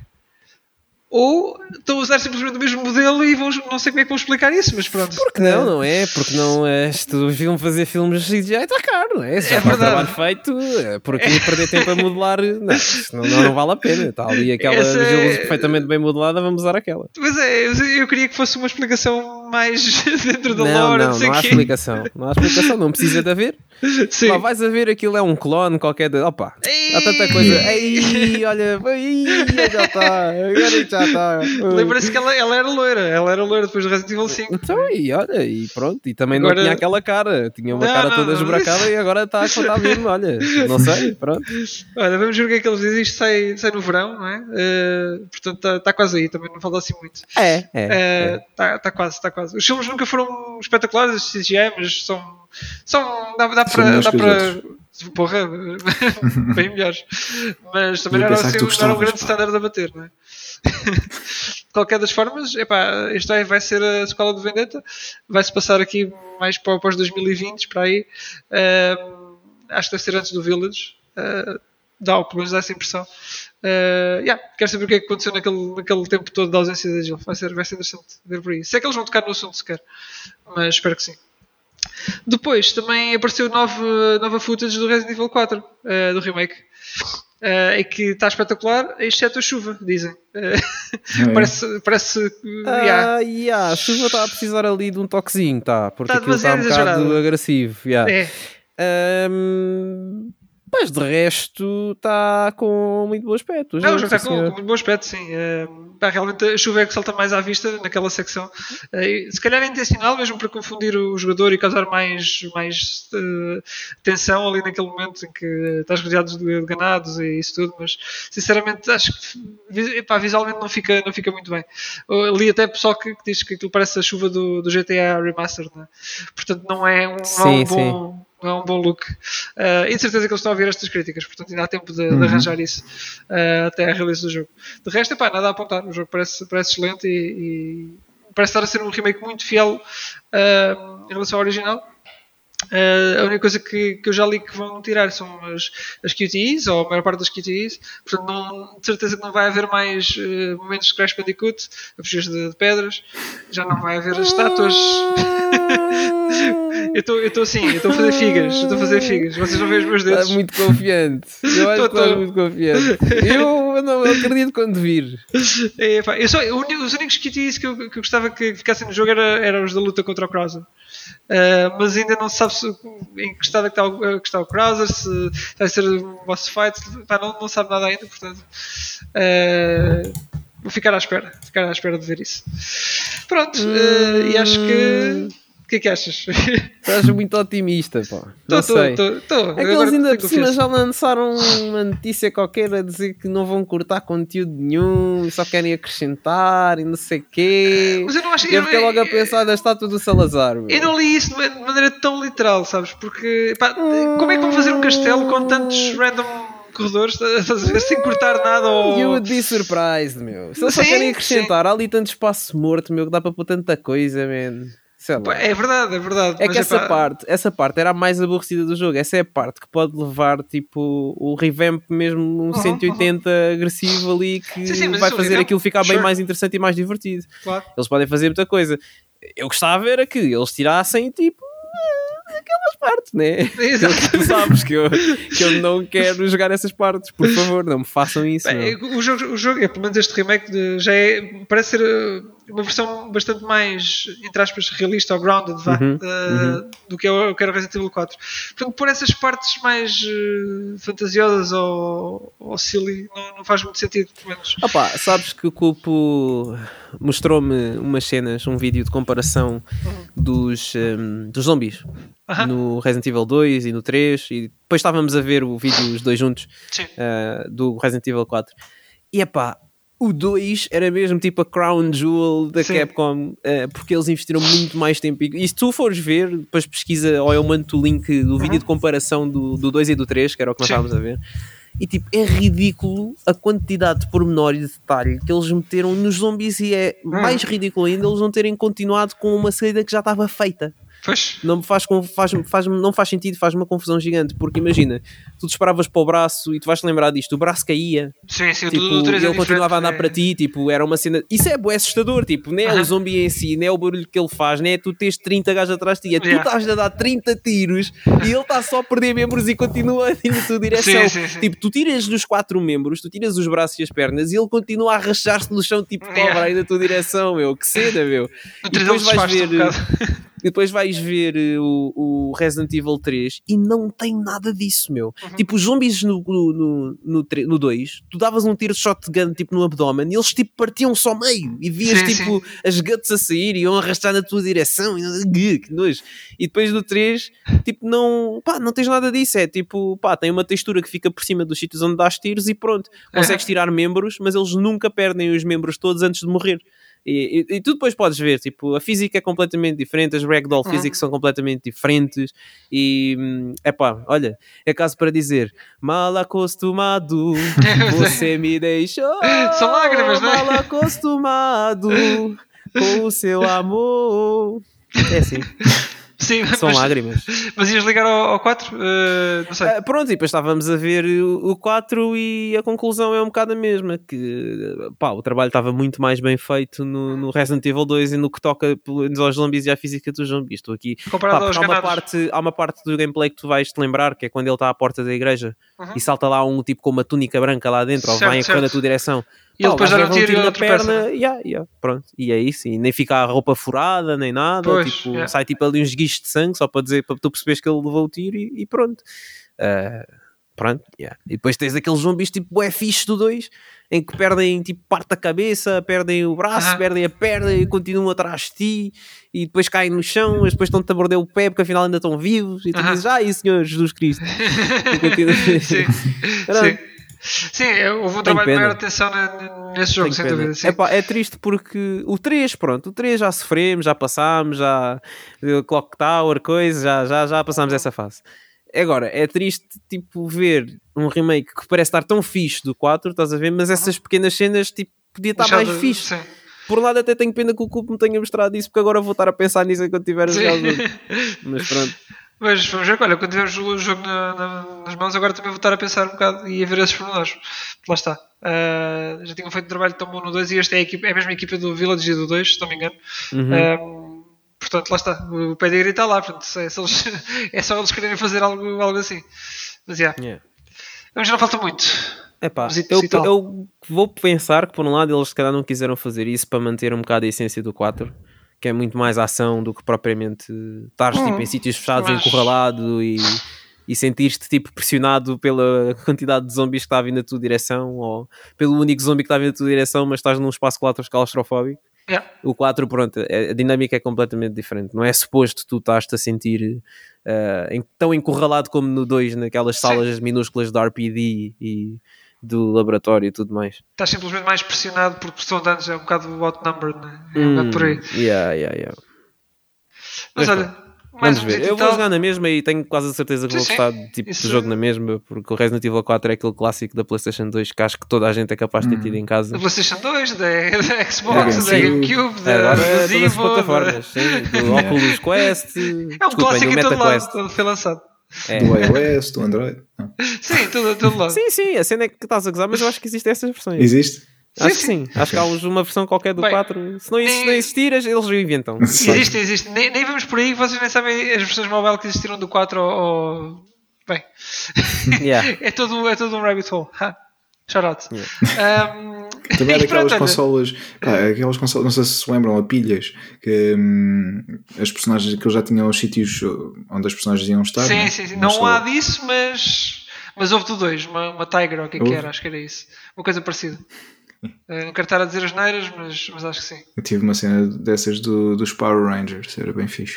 ou estão a usar simplesmente o mesmo modelo e vão, não sei como é que vão explicar isso, mas pronto. Porque não, não é? Porque não é, tu viam fazer filmes de C G I está caro, não é? Se já é está trabalho feito, porque é. perder tempo a modelar, não, não, não, não vale a pena. Está ali aquela é... perfeitamente bem modelada, vamos usar aquela. Mas é, eu queria que fosse uma explicação mais dentro da não, lore. Não, não, não há quê. explicação. Não há explicação, não precisa de haver. Sim. Lá vais a ver, aquilo é um clone qualquer de... Opa, Ei. há tanta coisa. Ei, olha, ei, já está, agora já está. Lembra-se que ela, ela era loira, ela era loira depois do Resident Evil cinco. Então, e olha, e pronto, e também agora... não tinha aquela cara, tinha uma não, cara toda não, esburacada não. E agora está a contar mesmo, olha, não sei, pronto. Olha, vamos ver o que é que eles dizem, isto sai, sai no verão, não é? Uh, portanto, está tá quase aí, também não falta assim muito. É, é. Está uh, é. tá quase, está quase. Os filmes nunca foram espetaculares, os C G I, mas são, são dá, dá para... Dá para porra, bem melhores. Mas também não era, assim, não era um grande standard a bater, não é? De qualquer das formas, epá, isto aí vai ser a sequela do Vendetta, vai-se passar aqui mais para, para os dois mil e vinte, para aí. Uh, acho que deve ser antes do Village, uh, dá pelo menos dá essa impressão. Uh, yeah, quero saber o que é que aconteceu naquele, naquele tempo todo da ausência da Jill. Vai ser, vai ser interessante ver por aí. Sei que eles vão tocar no assunto sequer, mas espero que sim. Depois também apareceu nova, nova footage do Resident Evil quatro, uh, do remake. Uh, e que está espetacular, exceto a chuva, dizem. Uh, é. Parece. parece uh, yeah. Ah, yeah. A chuva está a precisar ali de um toquezinho, tá? Porque tá aquilo está um exagerado. bocado agressivo. Yeah. É. Um, mas de resto está com muito bom aspecto. Não, já está com, com muito bom aspecto, sim. Uh, pá, realmente a chuva é que salta mais à vista naquela secção. Uh, se calhar é intencional, mesmo para confundir o jogador e causar mais, mais uh, tensão ali naquele momento em que estás rodeado de ganados e isso tudo, mas sinceramente acho que epá, visualmente não fica, não fica muito bem. Uh, li até pessoal que, que diz que aquilo parece a chuva do, do G T A Remastered, né? Portanto não é um, sim, não é um bom... Sim. Não é um bom look. Uh, e de certeza que eles estão a ouvir estas críticas, portanto ainda há tempo de, uhum. de arranjar isso uh, até a release do jogo. De resto, epá, nada a apontar. O jogo parece, parece excelente e, e parece estar a ser um remake muito fiel uh, em relação ao original. Uh, a única coisa que, que eu já li que vão tirar são as, as Q T Es, ou a maior parte das Q T Es, portanto não, de certeza que não vai haver mais uh, momentos de Crash Bandicoot a fugir de, de pedras, já não vai haver as estátuas. eu estou assim, eu estou a fazer figas, estou a fazer figas, vocês não veem os meus dedos. Estás muito confiante, eu acho tô, que estás tô... muito confiante. Eu não acredito quando vir. É, pá, eu só, os únicos Q T Es que eu, que eu gostava que ficassem no jogo eram era os da luta contra o Krauser. Uh, mas ainda não se sabe se, em que estado é que está o, que está o Krauser, se vai ser um boss fight, pá, não, não sabe nada ainda, portanto uh, vou ficar à espera, ficar à espera de ver isso. Pronto, uh, e acho que o que é que achas? Estás muito otimista, pá. Não tô, sei. Tô, tô, tô. É que eles ainda por cima já lançaram uma notícia qualquer a dizer que não vão cortar conteúdo nenhum, só querem acrescentar e não sei o quê. Mas eu não acho... Eu fiquei logo a pensar da estátua do Salazar. Meu. Eu não li isso de maneira tão literal, sabes? Porque, pá, hum... como é que vão fazer um castelo com tantos random... corredores, sem cortar nada ou... You would be surprised, meu. Se eles só querem acrescentar, sim. Há ali tanto espaço morto, meu, que dá para pôr tanta coisa, man. É verdade, é verdade. É que essa, é parte, essa parte era a mais aborrecida do jogo. Essa é a parte que pode levar tipo o revamp mesmo um uhum, cento e oitenta uhum. agressivo ali que sim, sim, vai fazer revamp, aquilo ficar sure. bem mais interessante e mais divertido. Claro. Eles podem fazer muita coisa. Eu gostava era que eles tirassem tipo aquelas partes, né? Exato. Tu sabes que eu, que eu não quero jogar essas partes, por favor, não me façam isso. Bem, o, jogo, o jogo, é, pelo menos este remake, de, já é, parece ser uh, uma versão bastante mais, entre aspas, realista ou grounded vá, Uhum, uh, uhum. do que eu quero Resident Evil quatro. Portanto, por essas partes mais uh, fantasiosas ou, ou silly, não, não faz muito sentido, pelo menos. Opa, sabes que o Cupo mostrou-me umas cenas, um vídeo de comparação Uhum. dos, um, dos zombies Aham. no Resident Evil dois e no três, e depois estávamos a ver o vídeo os dois juntos Sim. uh, do Resident Evil quatro. E epá, o dois era mesmo tipo a crown jewel da Sim. Capcom, uh, porque eles investiram muito mais tempo. E se tu fores ver, depois pesquisa, ou eu mando-te o link do vídeo de comparação do, do dois e do três, que era o que nós Sim. estávamos a ver. E tipo, é ridículo a quantidade de pormenor e de detalhe que eles meteram nos zombies, e é mais ridículo ainda eles não terem continuado com uma saída que já estava feita. Pois. Não me faz, faz, faz, não faz sentido, faz uma confusão gigante, porque imagina, tu disparavas para o braço e tu vais te lembrar disto, o braço caía, Sim, sim, tipo, do, do três e é ele continuava a andar diferente, para ti, tipo, era uma cena, isso é bué assustador, tipo, não é Aham. o zombie em si, não é o barulho que ele faz, não é tu tens trinta gajos atrás de ti, é tu Yeah. estás a dar trinta tiros e ele está só a perder membros e continua a ir na tua direção. Sim, sim, sim. Tipo, tu tiras dos quatro membros, tu tiras os braços e as pernas e ele continua a arrastar-se no chão, tipo, Yeah. cobra aí na tua direção, meu, que cena, meu. No E três depois ele vais desfaz-te ver... um bocado. E depois vais ver uh, o, o Resident Evil três e não tem nada disso, meu. Uhum. Tipo, os zombies no, no, no, no, no dois, tu davas um tiro de shotgun tipo, no abdômen e eles tipo partiam só meio e vias Sim, tipo sim. as guts a sair e iam arrastar na tua direção. E, que nojo. E depois no três, tipo, não, pá, não tens nada disso. É tipo, pá, tem uma textura que fica por cima dos sítios onde dás tiros e pronto. Consegues tirar membros, mas eles nunca perdem os membros todos antes de morrer. E, e, e tu depois podes ver, tipo, a física é completamente diferente, as ragdoll Uhum. physics são completamente diferentes e, é pá, olha, é caso para dizer, mal acostumado, você me deixou São lágrimas, não é? mal acostumado com o seu amor. É assim, Sim, são mas, lágrimas. mas ias ligar ao, ao quatro? Uh, não sei. Ah, pronto, e depois estávamos a ver o, o quatro e a conclusão é um bocado a mesma, que pá, o trabalho estava muito mais bem feito no, no Resident Evil dois e no que toca pelo menos aos zombies e à física dos zombies. Estou aqui, Comparado pá, aos há uma, ganados. parte, há uma parte do gameplay que tu vais te lembrar, que é quando ele está à porta da igreja Uhum. e salta lá um tipo com uma túnica branca lá dentro, ou Certo, vai a correr na certo. tua direção. E ele Pá, o depois gajo dá um leva tiro e na ele tropeça, perna, né? yeah, yeah, pronto. E é isso, e nem fica a roupa furada, nem nada, Pois, tipo, yeah. sai tipo ali uns guichos de sangue, só para dizer, para tu perceberes que ele levou o tiro e, e pronto. Uh, pronto, yeah. E depois tens aqueles zombies tipo é fixe do dois, em que perdem tipo parte da cabeça, perdem o braço, Aham. perdem a perna e continuam atrás de ti e depois caem no chão, mas depois estão-te a morder o pé porque afinal ainda estão vivos e tu Aham. dizes, ai Senhor Jesus Cristo. E continua- Sim, Pronto. sim. Sim, é, houve um trabalho de pena. maior atenção na- nesse jogo, Tenho sem pena. dúvida. Sim. Epá, é triste porque o três, pronto, o três já sofremos, já passámos, já eh, Clock Tower, coisa, já, já, já passámos essa fase. Agora, é triste tipo ver um remake que parece estar tão fixe do quatro, estás a ver, mas essas pequenas cenas tipo, podia estar Deixar mais de- fixe. Sim. Por um lado até tenho pena que o Cubo me tenha mostrado isso, porque agora vou estar a pensar nisso enquanto estiver a Sim. jogar o jogo. Mas pronto. Mas vamos ver, olha, quando tivermos o jogo na- na- nas mãos, agora também vou estar a pensar um bocado e a ver esses pormenores. Lá está. Ah, já tinham feito um trabalho tão bom no dois e este é a, equipa, é a mesma equipa do Village e do dois, se não me engano. Uhum. Ah, portanto, lá está. O pedigree está lá. Portanto, é, se eles- é só eles quererem fazer algo, algo assim. Mas já. Yeah. Mas não falta muito. Epá, Mas e- eu, e tal? eu vou pensar que por um lado eles se calhar não quiseram fazer isso para manter um bocado a essência do quatro, que é muito mais ação do que propriamente estares Hum, tipo, em sítios fechados, mas- encurralado e, e sentir-te tipo, pressionado pela quantidade de zombies que está a vir na tua direção ou pelo único zombie que está a vir na tua direção, mas estás num espaço claustrofóbico. Yeah. O quatro, pronto, a a dinâmica é completamente diferente. Não é suposto tu estás-te a sentir uh, em- tão encurralado como no dois, naquelas Sim. salas minúsculas do R P D e do laboratório e tudo mais. Estás simplesmente mais pressionado porque são de anos, é um bocado outnumbered, né? É um bocado por aí. Hum, yeah, yeah, yeah. Mas Mas olha, mais Vamos um ver. visito Eu e vou tal. jogar na mesma e tenho quase a certeza que Sim, vou sim. gostar de tipo Isso- de jogo na mesma, porque o Resident Evil quatro é aquele clássico da PlayStation dois que acho que toda a gente é capaz de ter tido em casa. Da PlayStation dois, da, da Xbox, Da da GameCube. GameCube, da Agora da todas as Vivo, plataformas, sim, do Oculus Quest, É um desculpem, clássico do em todo Meta lado, Quest. quando foi lançado. É. Do iOS, do Android. Não. Sim, em todo, em todo lado. Sim, sim, a cena é que estás a gozar, mas eu acho que existem essas versões. Existe? Sim, acho sim. que sim. Acho que há uma versão qualquer do Bem, quatro. Se não, nem, se não existir, eles o inventam. Existe, existe. Nem, nem vamos por aí, vocês nem sabem as versões mobile que existiram do quatro ou... ou... Bem, yeah. é, todo, é todo um rabbit hole. Ha. Shout out. Yeah. Um, Também era aquelas consolas, pá, aquelas consolas, não sei se se lembram, a pilhas, que hum, as personagens, que já tinham os sítios onde as personagens iam estar. Sim, né? sim, sim. Não só... há disso, mas, mas houve do dois, uma, uma Tiger, ou o que é que era, acho que era isso. Uma coisa parecida. Não quero estar a dizer as neiras, mas, mas acho que sim. Eu tive uma cena dessas do, dos Power Rangers, era bem fixe.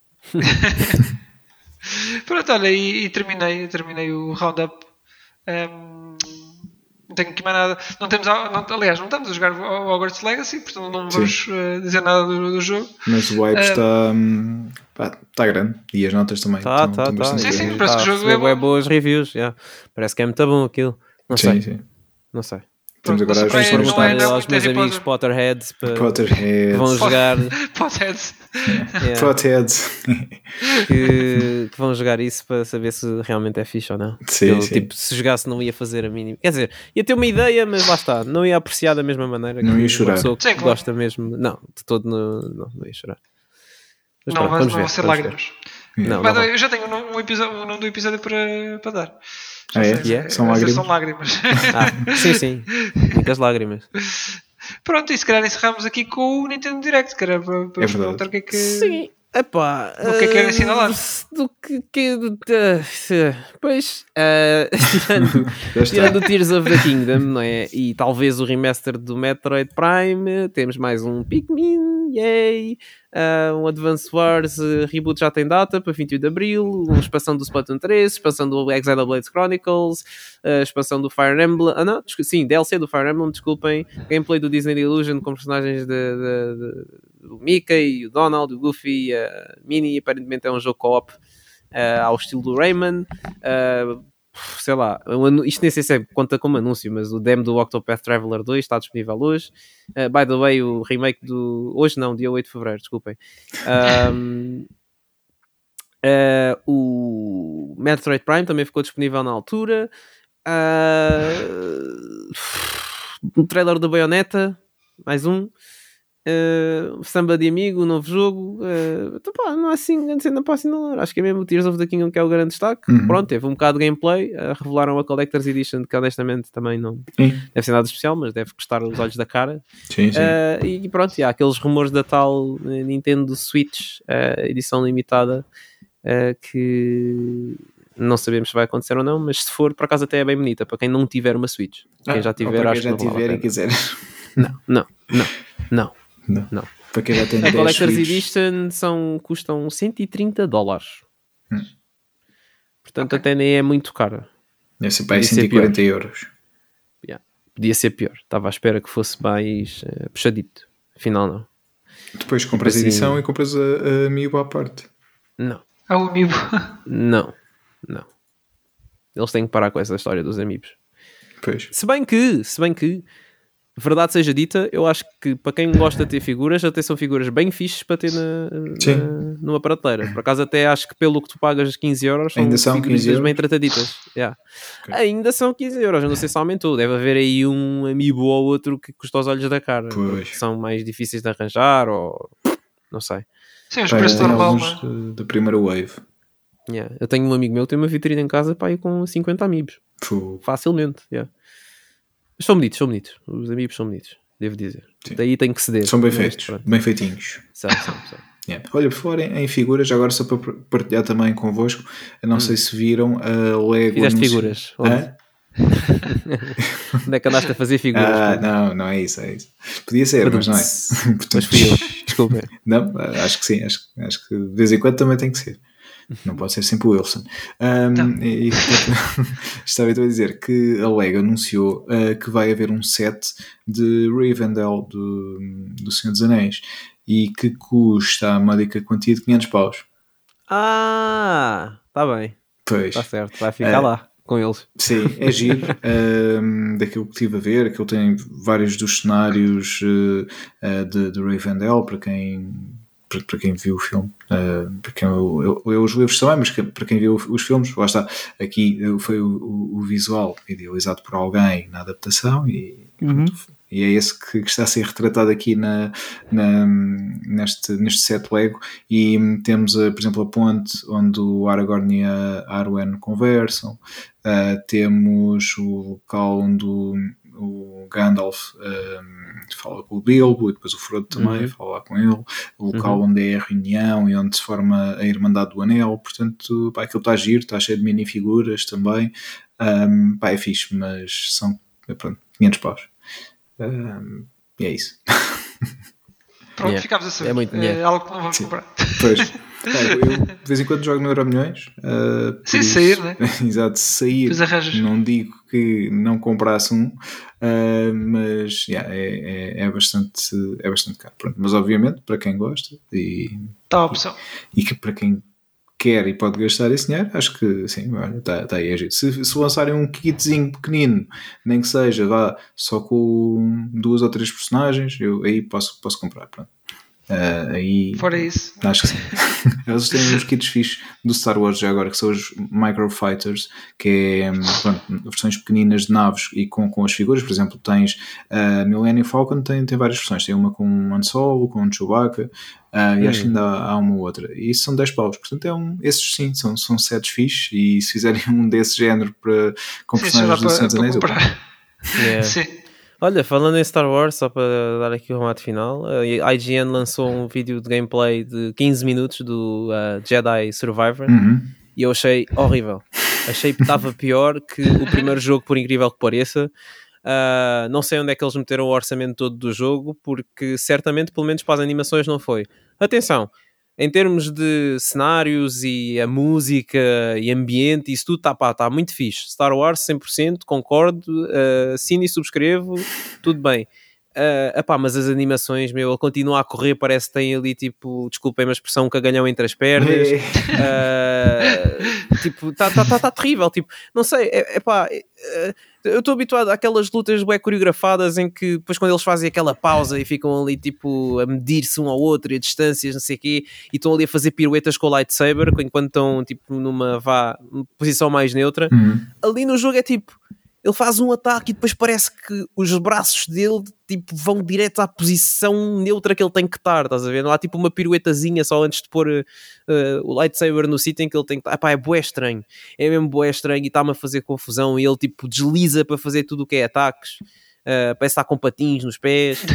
Pronto, olha, e, e terminei, terminei o roundup. Um, não tenho aqui mais nada. Não temos, não, aliás, não estamos a jogar o Hogwarts Legacy, portanto não vamos uh, dizer nada do, do jogo. Mas o hype uh, está, um, pá, está grande e as notas também. Tá, tá, tá. Sim, sim, parece tá, que o jogo é bom. É boas reviews, yeah. Parece que é muito bom aquilo. Não sim, sei. Sim. Não sei. Temos agora as Vamos perguntar é, aos meus amigos Potterheads para Potterheads. que vão jogar Potterheads yeah. Potterheads que, que vão jogar isso para saber se realmente é fixe ou não. Sim, Eu, sim. Tipo, se jogasse não ia fazer a mínima, quer dizer, ia ter uma ideia, mas lá está, não ia apreciar da mesma maneira. Não que ia chorar. Uma pessoa que sim, claro. gosta mesmo, não, de todo não, não, não ia chorar. Mas, não, pronto, vai, vamos não ver, vão ser vamos lágrimas. Não, Mas não eu já tenho um, um episódio, um nome do episódio para, para dar. Ah, é? Sei, yeah. são, lágrimas. são lágrimas. Ah, sim, sim. Muitas lágrimas. Pronto, e se calhar encerramos aqui com o Nintendo Direct, que era para, para é perguntar o que é que... Sim. Epá, do que é que querem assinalar? Do que, que do, uh, pois uh, tirando, tirando o Tears of the Kingdom, não é? E talvez o remaster do Metroid Prime, temos mais um Pikmin, yay! Uh, um Advance Wars uh, reboot já tem data para vinte e um de Abril, uma expansão do Splatoon três, expansão do Xenoblade Chronicles, uh, expansão do Fire Emblem, ah não, sim, D L C do Fire Emblem, desculpem, gameplay do Disney Illusion com personagens de, de, de, do Mickey, o Donald, o Goofy, a Minnie, aparentemente é um jogo co-op uh, ao estilo do Rayman, uh, sei lá, isto nem sei se é, conta como anúncio, mas o demo do Octopath Traveler dois está disponível hoje. Uh, by the way, o remake do... Hoje não, dia oito de Fevereiro, desculpem. Um, uh, o Metroid Prime também ficou disponível na altura. Uh, um trailer do Bayonetta, mais um. Uh, Samba de Amigo, novo jogo. Uh, então, pá, não há assim grande cena para assinalar. Acho que é mesmo o Tears of the Kingdom que é o grande destaque. Uhum. Pronto, teve um bocado de gameplay. Uh, revelaram a Collector's Edition, que honestamente também não sim. deve ser nada especial, mas deve custar os olhos da cara. Sim, sim. Uh, e pronto, e há aqueles rumores da tal Nintendo Switch uh, edição limitada uh, que não sabemos se vai acontecer ou não, mas se for, por acaso até é bem bonita para quem não tiver uma Switch. Quem ah, já tiver, acho que já que não tiver vale e quiser. Não, não, não, não. Não. não. Para quem já tem a Collector's Switch. Edition são, custam cento e trinta dólares. Hum. Portanto, okay. Até nem é muito cara. Deve ser para aí cento e quarenta euros. Yeah. Podia ser pior. Estava à espera que fosse mais uh, puxadito. Afinal, não. Depois compras a assim... edição e compras a, a Amiibo à parte. Não. Ah, o Amiibo. Não. Não. Eles têm que parar com essa história dos Amiibos. Pois. Se bem que, se bem que verdade seja dita, eu acho que para quem gosta de ter figuras, até são figuras bem fixes para ter na, na, numa prateleira. Por acaso até acho que pelo que tu pagas quinze euros são, ainda são quinze euros? Bem trataditas. Yeah. Okay. Ainda são quinze euros, eu não sei se aumentou. Deve haver aí um amiibo ou outro que custa os olhos da cara. Que são mais difíceis de arranjar ou não sei. Sim, os preços normal, da primeira wave. Yeah. Eu tenho um amigo meu que tem uma vitrine em casa pá, com cinquenta amiibos. Pô. Facilmente, yeah. Mas são bonitos, são bonitos. Os amigos são bonitos, devo dizer. Sim. Daí tem que ceder. São bem feitos, pronto. Bem feitinhos. São, são, são. Yeah. Olha, por fora em, em figuras, agora só para partilhar também convosco, eu não hum. sei se viram a Lego... Fizeste anuncio... figuras? Onde? Onde é que andaste a fazer figuras? Ah, não, não é isso, é isso. Podia ser, mas não é. Portanto, mas fui eu, desculpa. Não, acho que sim, acho, acho que de vez em quando também tem que ser. Não pode ser sempre o Wilson. Um, e, e, estava então a dizer que a Lego anunciou uh, que vai haver um set de Rivendell do, do Senhor dos Anéis e que custa a módica quantia de quinhentos paus. Ah, está bem. Pois. Está certo, vai ficar uh, lá com eles. Sim, é giro. um, daquilo que estive a ver, aquilo tem vários dos cenários uh, uh, de, de Rivendell para quem... para quem viu o filme, uh, para quem eu, eu, eu os livros também, mas que, para quem viu os filmes, lá está, aqui foi o, o, o visual idealizado por alguém na adaptação e, uhum. pronto, E é esse que, que está a ser retratado aqui na, na, neste, neste set Lego. E temos, por exemplo, a ponte onde o Aragorn e a Arwen conversam. Uh, temos o local onde o, o Gandalf um, fala com o Bilbo, e depois o Frodo também uhum. fala lá com ele. O local uhum. onde é a reunião e onde se forma a Irmandade do Anel. Portanto, pá, aquilo está giro, está cheio de minifiguras também. Um, pá, é fixe, mas são pronto, quinhentos paus. Um, e é isso. Pronto, yeah. ficámos a saber. É, muito é algo que não vamos Sim. comprar. Pois. É, eu de vez em quando jogo no Euromilhões. Uh, Sim, isso, sair, né? Exato, sair. Não digo que não comprasse um, uh, mas yeah, é, é, é, bastante, é bastante caro. Pronto, mas obviamente, para quem gosta e, tá a opção. E, e que para quem quer e pode gastar esse dinheiro, acho que sim, está tá aí a jeito. Se, se lançarem um kitzinho pequenino, nem que seja, vá, só com duas ou três personagens, eu aí posso, posso comprar, pronto. Uh, aí, Fora isso, acho que sim. Eles têm uns kits fixos do Star Wars já agora, que são os Microfighters, que é pronto, versões pequeninas de naves e com, com as figuras. Por exemplo, tens a uh, Millennium Falcon, tem, tem várias versões, tem uma com um Han Solo, com um Chewbacca, uh, e acho que ainda há, há uma outra, e isso são dez paus. Portanto, é um, esses sim são, são sets fixes, e se fizerem um desse género para, com sim, personagens do Senhor dos Anéis, eu compro. Yeah. Sim. Olha, falando em Star Wars, só para dar aqui o remate final, a I G N lançou um vídeo de gameplay de quinze minutos do uh, Jedi Survivor uhum. e eu achei horrível. Achei que estava pior que o primeiro jogo, por incrível que pareça. Uh, não sei onde é que eles meteram o orçamento todo do jogo, porque certamente, pelo menos para as animações, não foi. Atenção! Em termos de cenários e a música e ambiente, isso tudo está tá muito fixe. Star Wars cem por cento, concordo, uh, assino e subscrevo, tudo bem. Uh, epá, mas as animações, meu, ele continua a correr, parece que tem ali, tipo, desculpem a expressão, um cagalhão entre as pernas. uh, tipo, está tá, tá, tá terrível. Tipo, não sei, é, epá, é, eu estou habituado àquelas lutas bem coreografadas em que depois quando eles fazem aquela pausa e ficam ali, tipo, a medir-se um ao outro e a distâncias, não sei o quê, e estão ali a fazer piruetas com o lightsaber enquanto estão, tipo, numa vá, posição mais neutra. Uhum. Ali no jogo é tipo... Ele faz um ataque e depois parece que os braços dele tipo, vão direto à posição neutra que ele tem que estar, estás a ver? Não há tipo uma piruetazinha só antes de pôr uh, o lightsaber no sítio em que ele tem que estar. Epá, é bué estranho. É mesmo bué estranho e está-me a fazer confusão e ele tipo desliza para fazer tudo o que é ataques. Uh, parece estar com patins nos pés.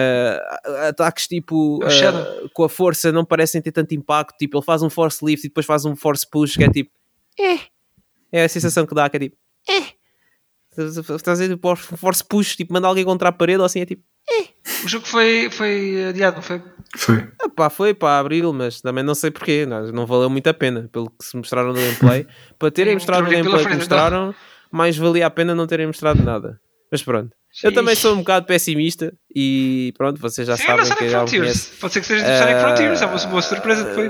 Uh, ataques tipo uh, com a força não parecem ter tanto impacto. Tipo, ele faz um force lift e depois faz um force push que é tipo... Eh. É a sensação que dá, que é tipo... Eh. Estás a dizer, force push, tipo, manda alguém contra a parede ou assim, é tipo... Eh. O jogo foi, foi adiado, não foi? Foi. Ah, pá, foi para abril, mas também não sei porquê, não, não valeu muito a pena, pelo que se mostraram no gameplay. Para terem mostrado o gameplay que mostraram, mais valia a pena não terem mostrado nada. Mas pronto. Eu também sou um bocado pessimista e pronto, vocês já Sim, sabem que já me pode ser que seja de Sonic uh, Frontiers, é uma boa surpresa depois.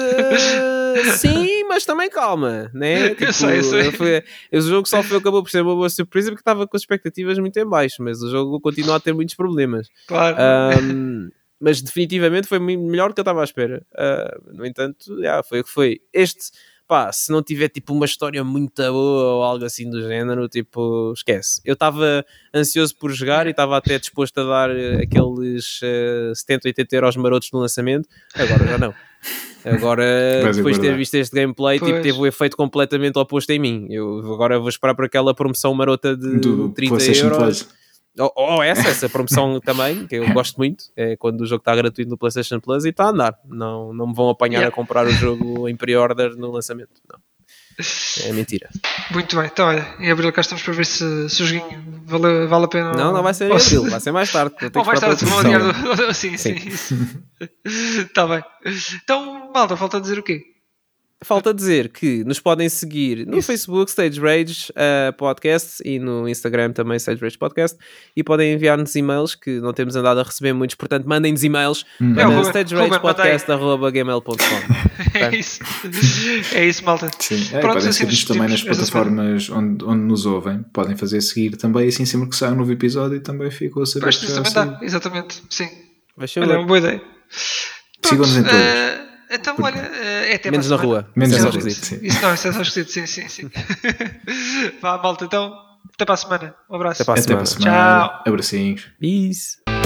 Uh, sim, mas também calma, né? Tipo, eu sei, eu sei. Foi, o jogo só foi, acabou por ser uma boa surpresa porque estava com as expectativas muito em baixo, mas o jogo continua a ter muitos problemas. Claro. Um, mas definitivamente foi melhor do que eu estava à espera. Uh, no entanto, yeah, foi o que foi. Este... Pá, se não tiver tipo uma história muito boa ou algo assim do género, tipo, esquece. Eu estava ansioso por jogar e estava até disposto a dar aqueles uh, setenta, oitenta euros marotos no lançamento, agora já não. Agora, depois de ter visto este gameplay, tipo, teve o efeito completamente oposto em mim. Eu agora vou esperar por aquela promoção marota de do trinta euros. Ou, ou essa, essa promoção também, que eu gosto muito, é quando o jogo está gratuito no PlayStation Plus e está a andar. Não, não me vão apanhar yeah. a comprar o jogo em pre-order no lançamento. Não. É mentira. Muito bem, então olha, em abril cá estamos para ver se, se o joguinho vale, vale a pena. Não, não vai ser em abril, vai ser mais tarde. Ou mais tarde, vão adiar do... Sim, sim, sim. Está bem. Então, malta, falta dizer o quê? Falta dizer que nos podem seguir no Isso. Facebook Stage Rage uh, Podcast e no Instagram também Stage Rage Podcast e podem enviar-nos e-mails que não temos andado a receber muitos, portanto mandem-nos e-mails hum. para é, stage rage podcast arroba gmail ponto com. É isso, é isso, malta. Sim, é, Pronto, podem seguir-nos também nas plataformas onde, onde nos ouvem, podem fazer seguir também, assim sempre que sai um novo episódio também ficou a saber. Que também dá, exatamente, sim. Vai ser Olha, uma boa ideia. Sigam-nos em todos. Uh, Então, olha, é até menos na rua. Menos na rua. Isso não, isso é só esquisito. Sim, sim, sim. Vá, malta, então, Até para a semana. Um abraço. Até para a Até para a semana. semana. Tchau. Abracinhos. Peace.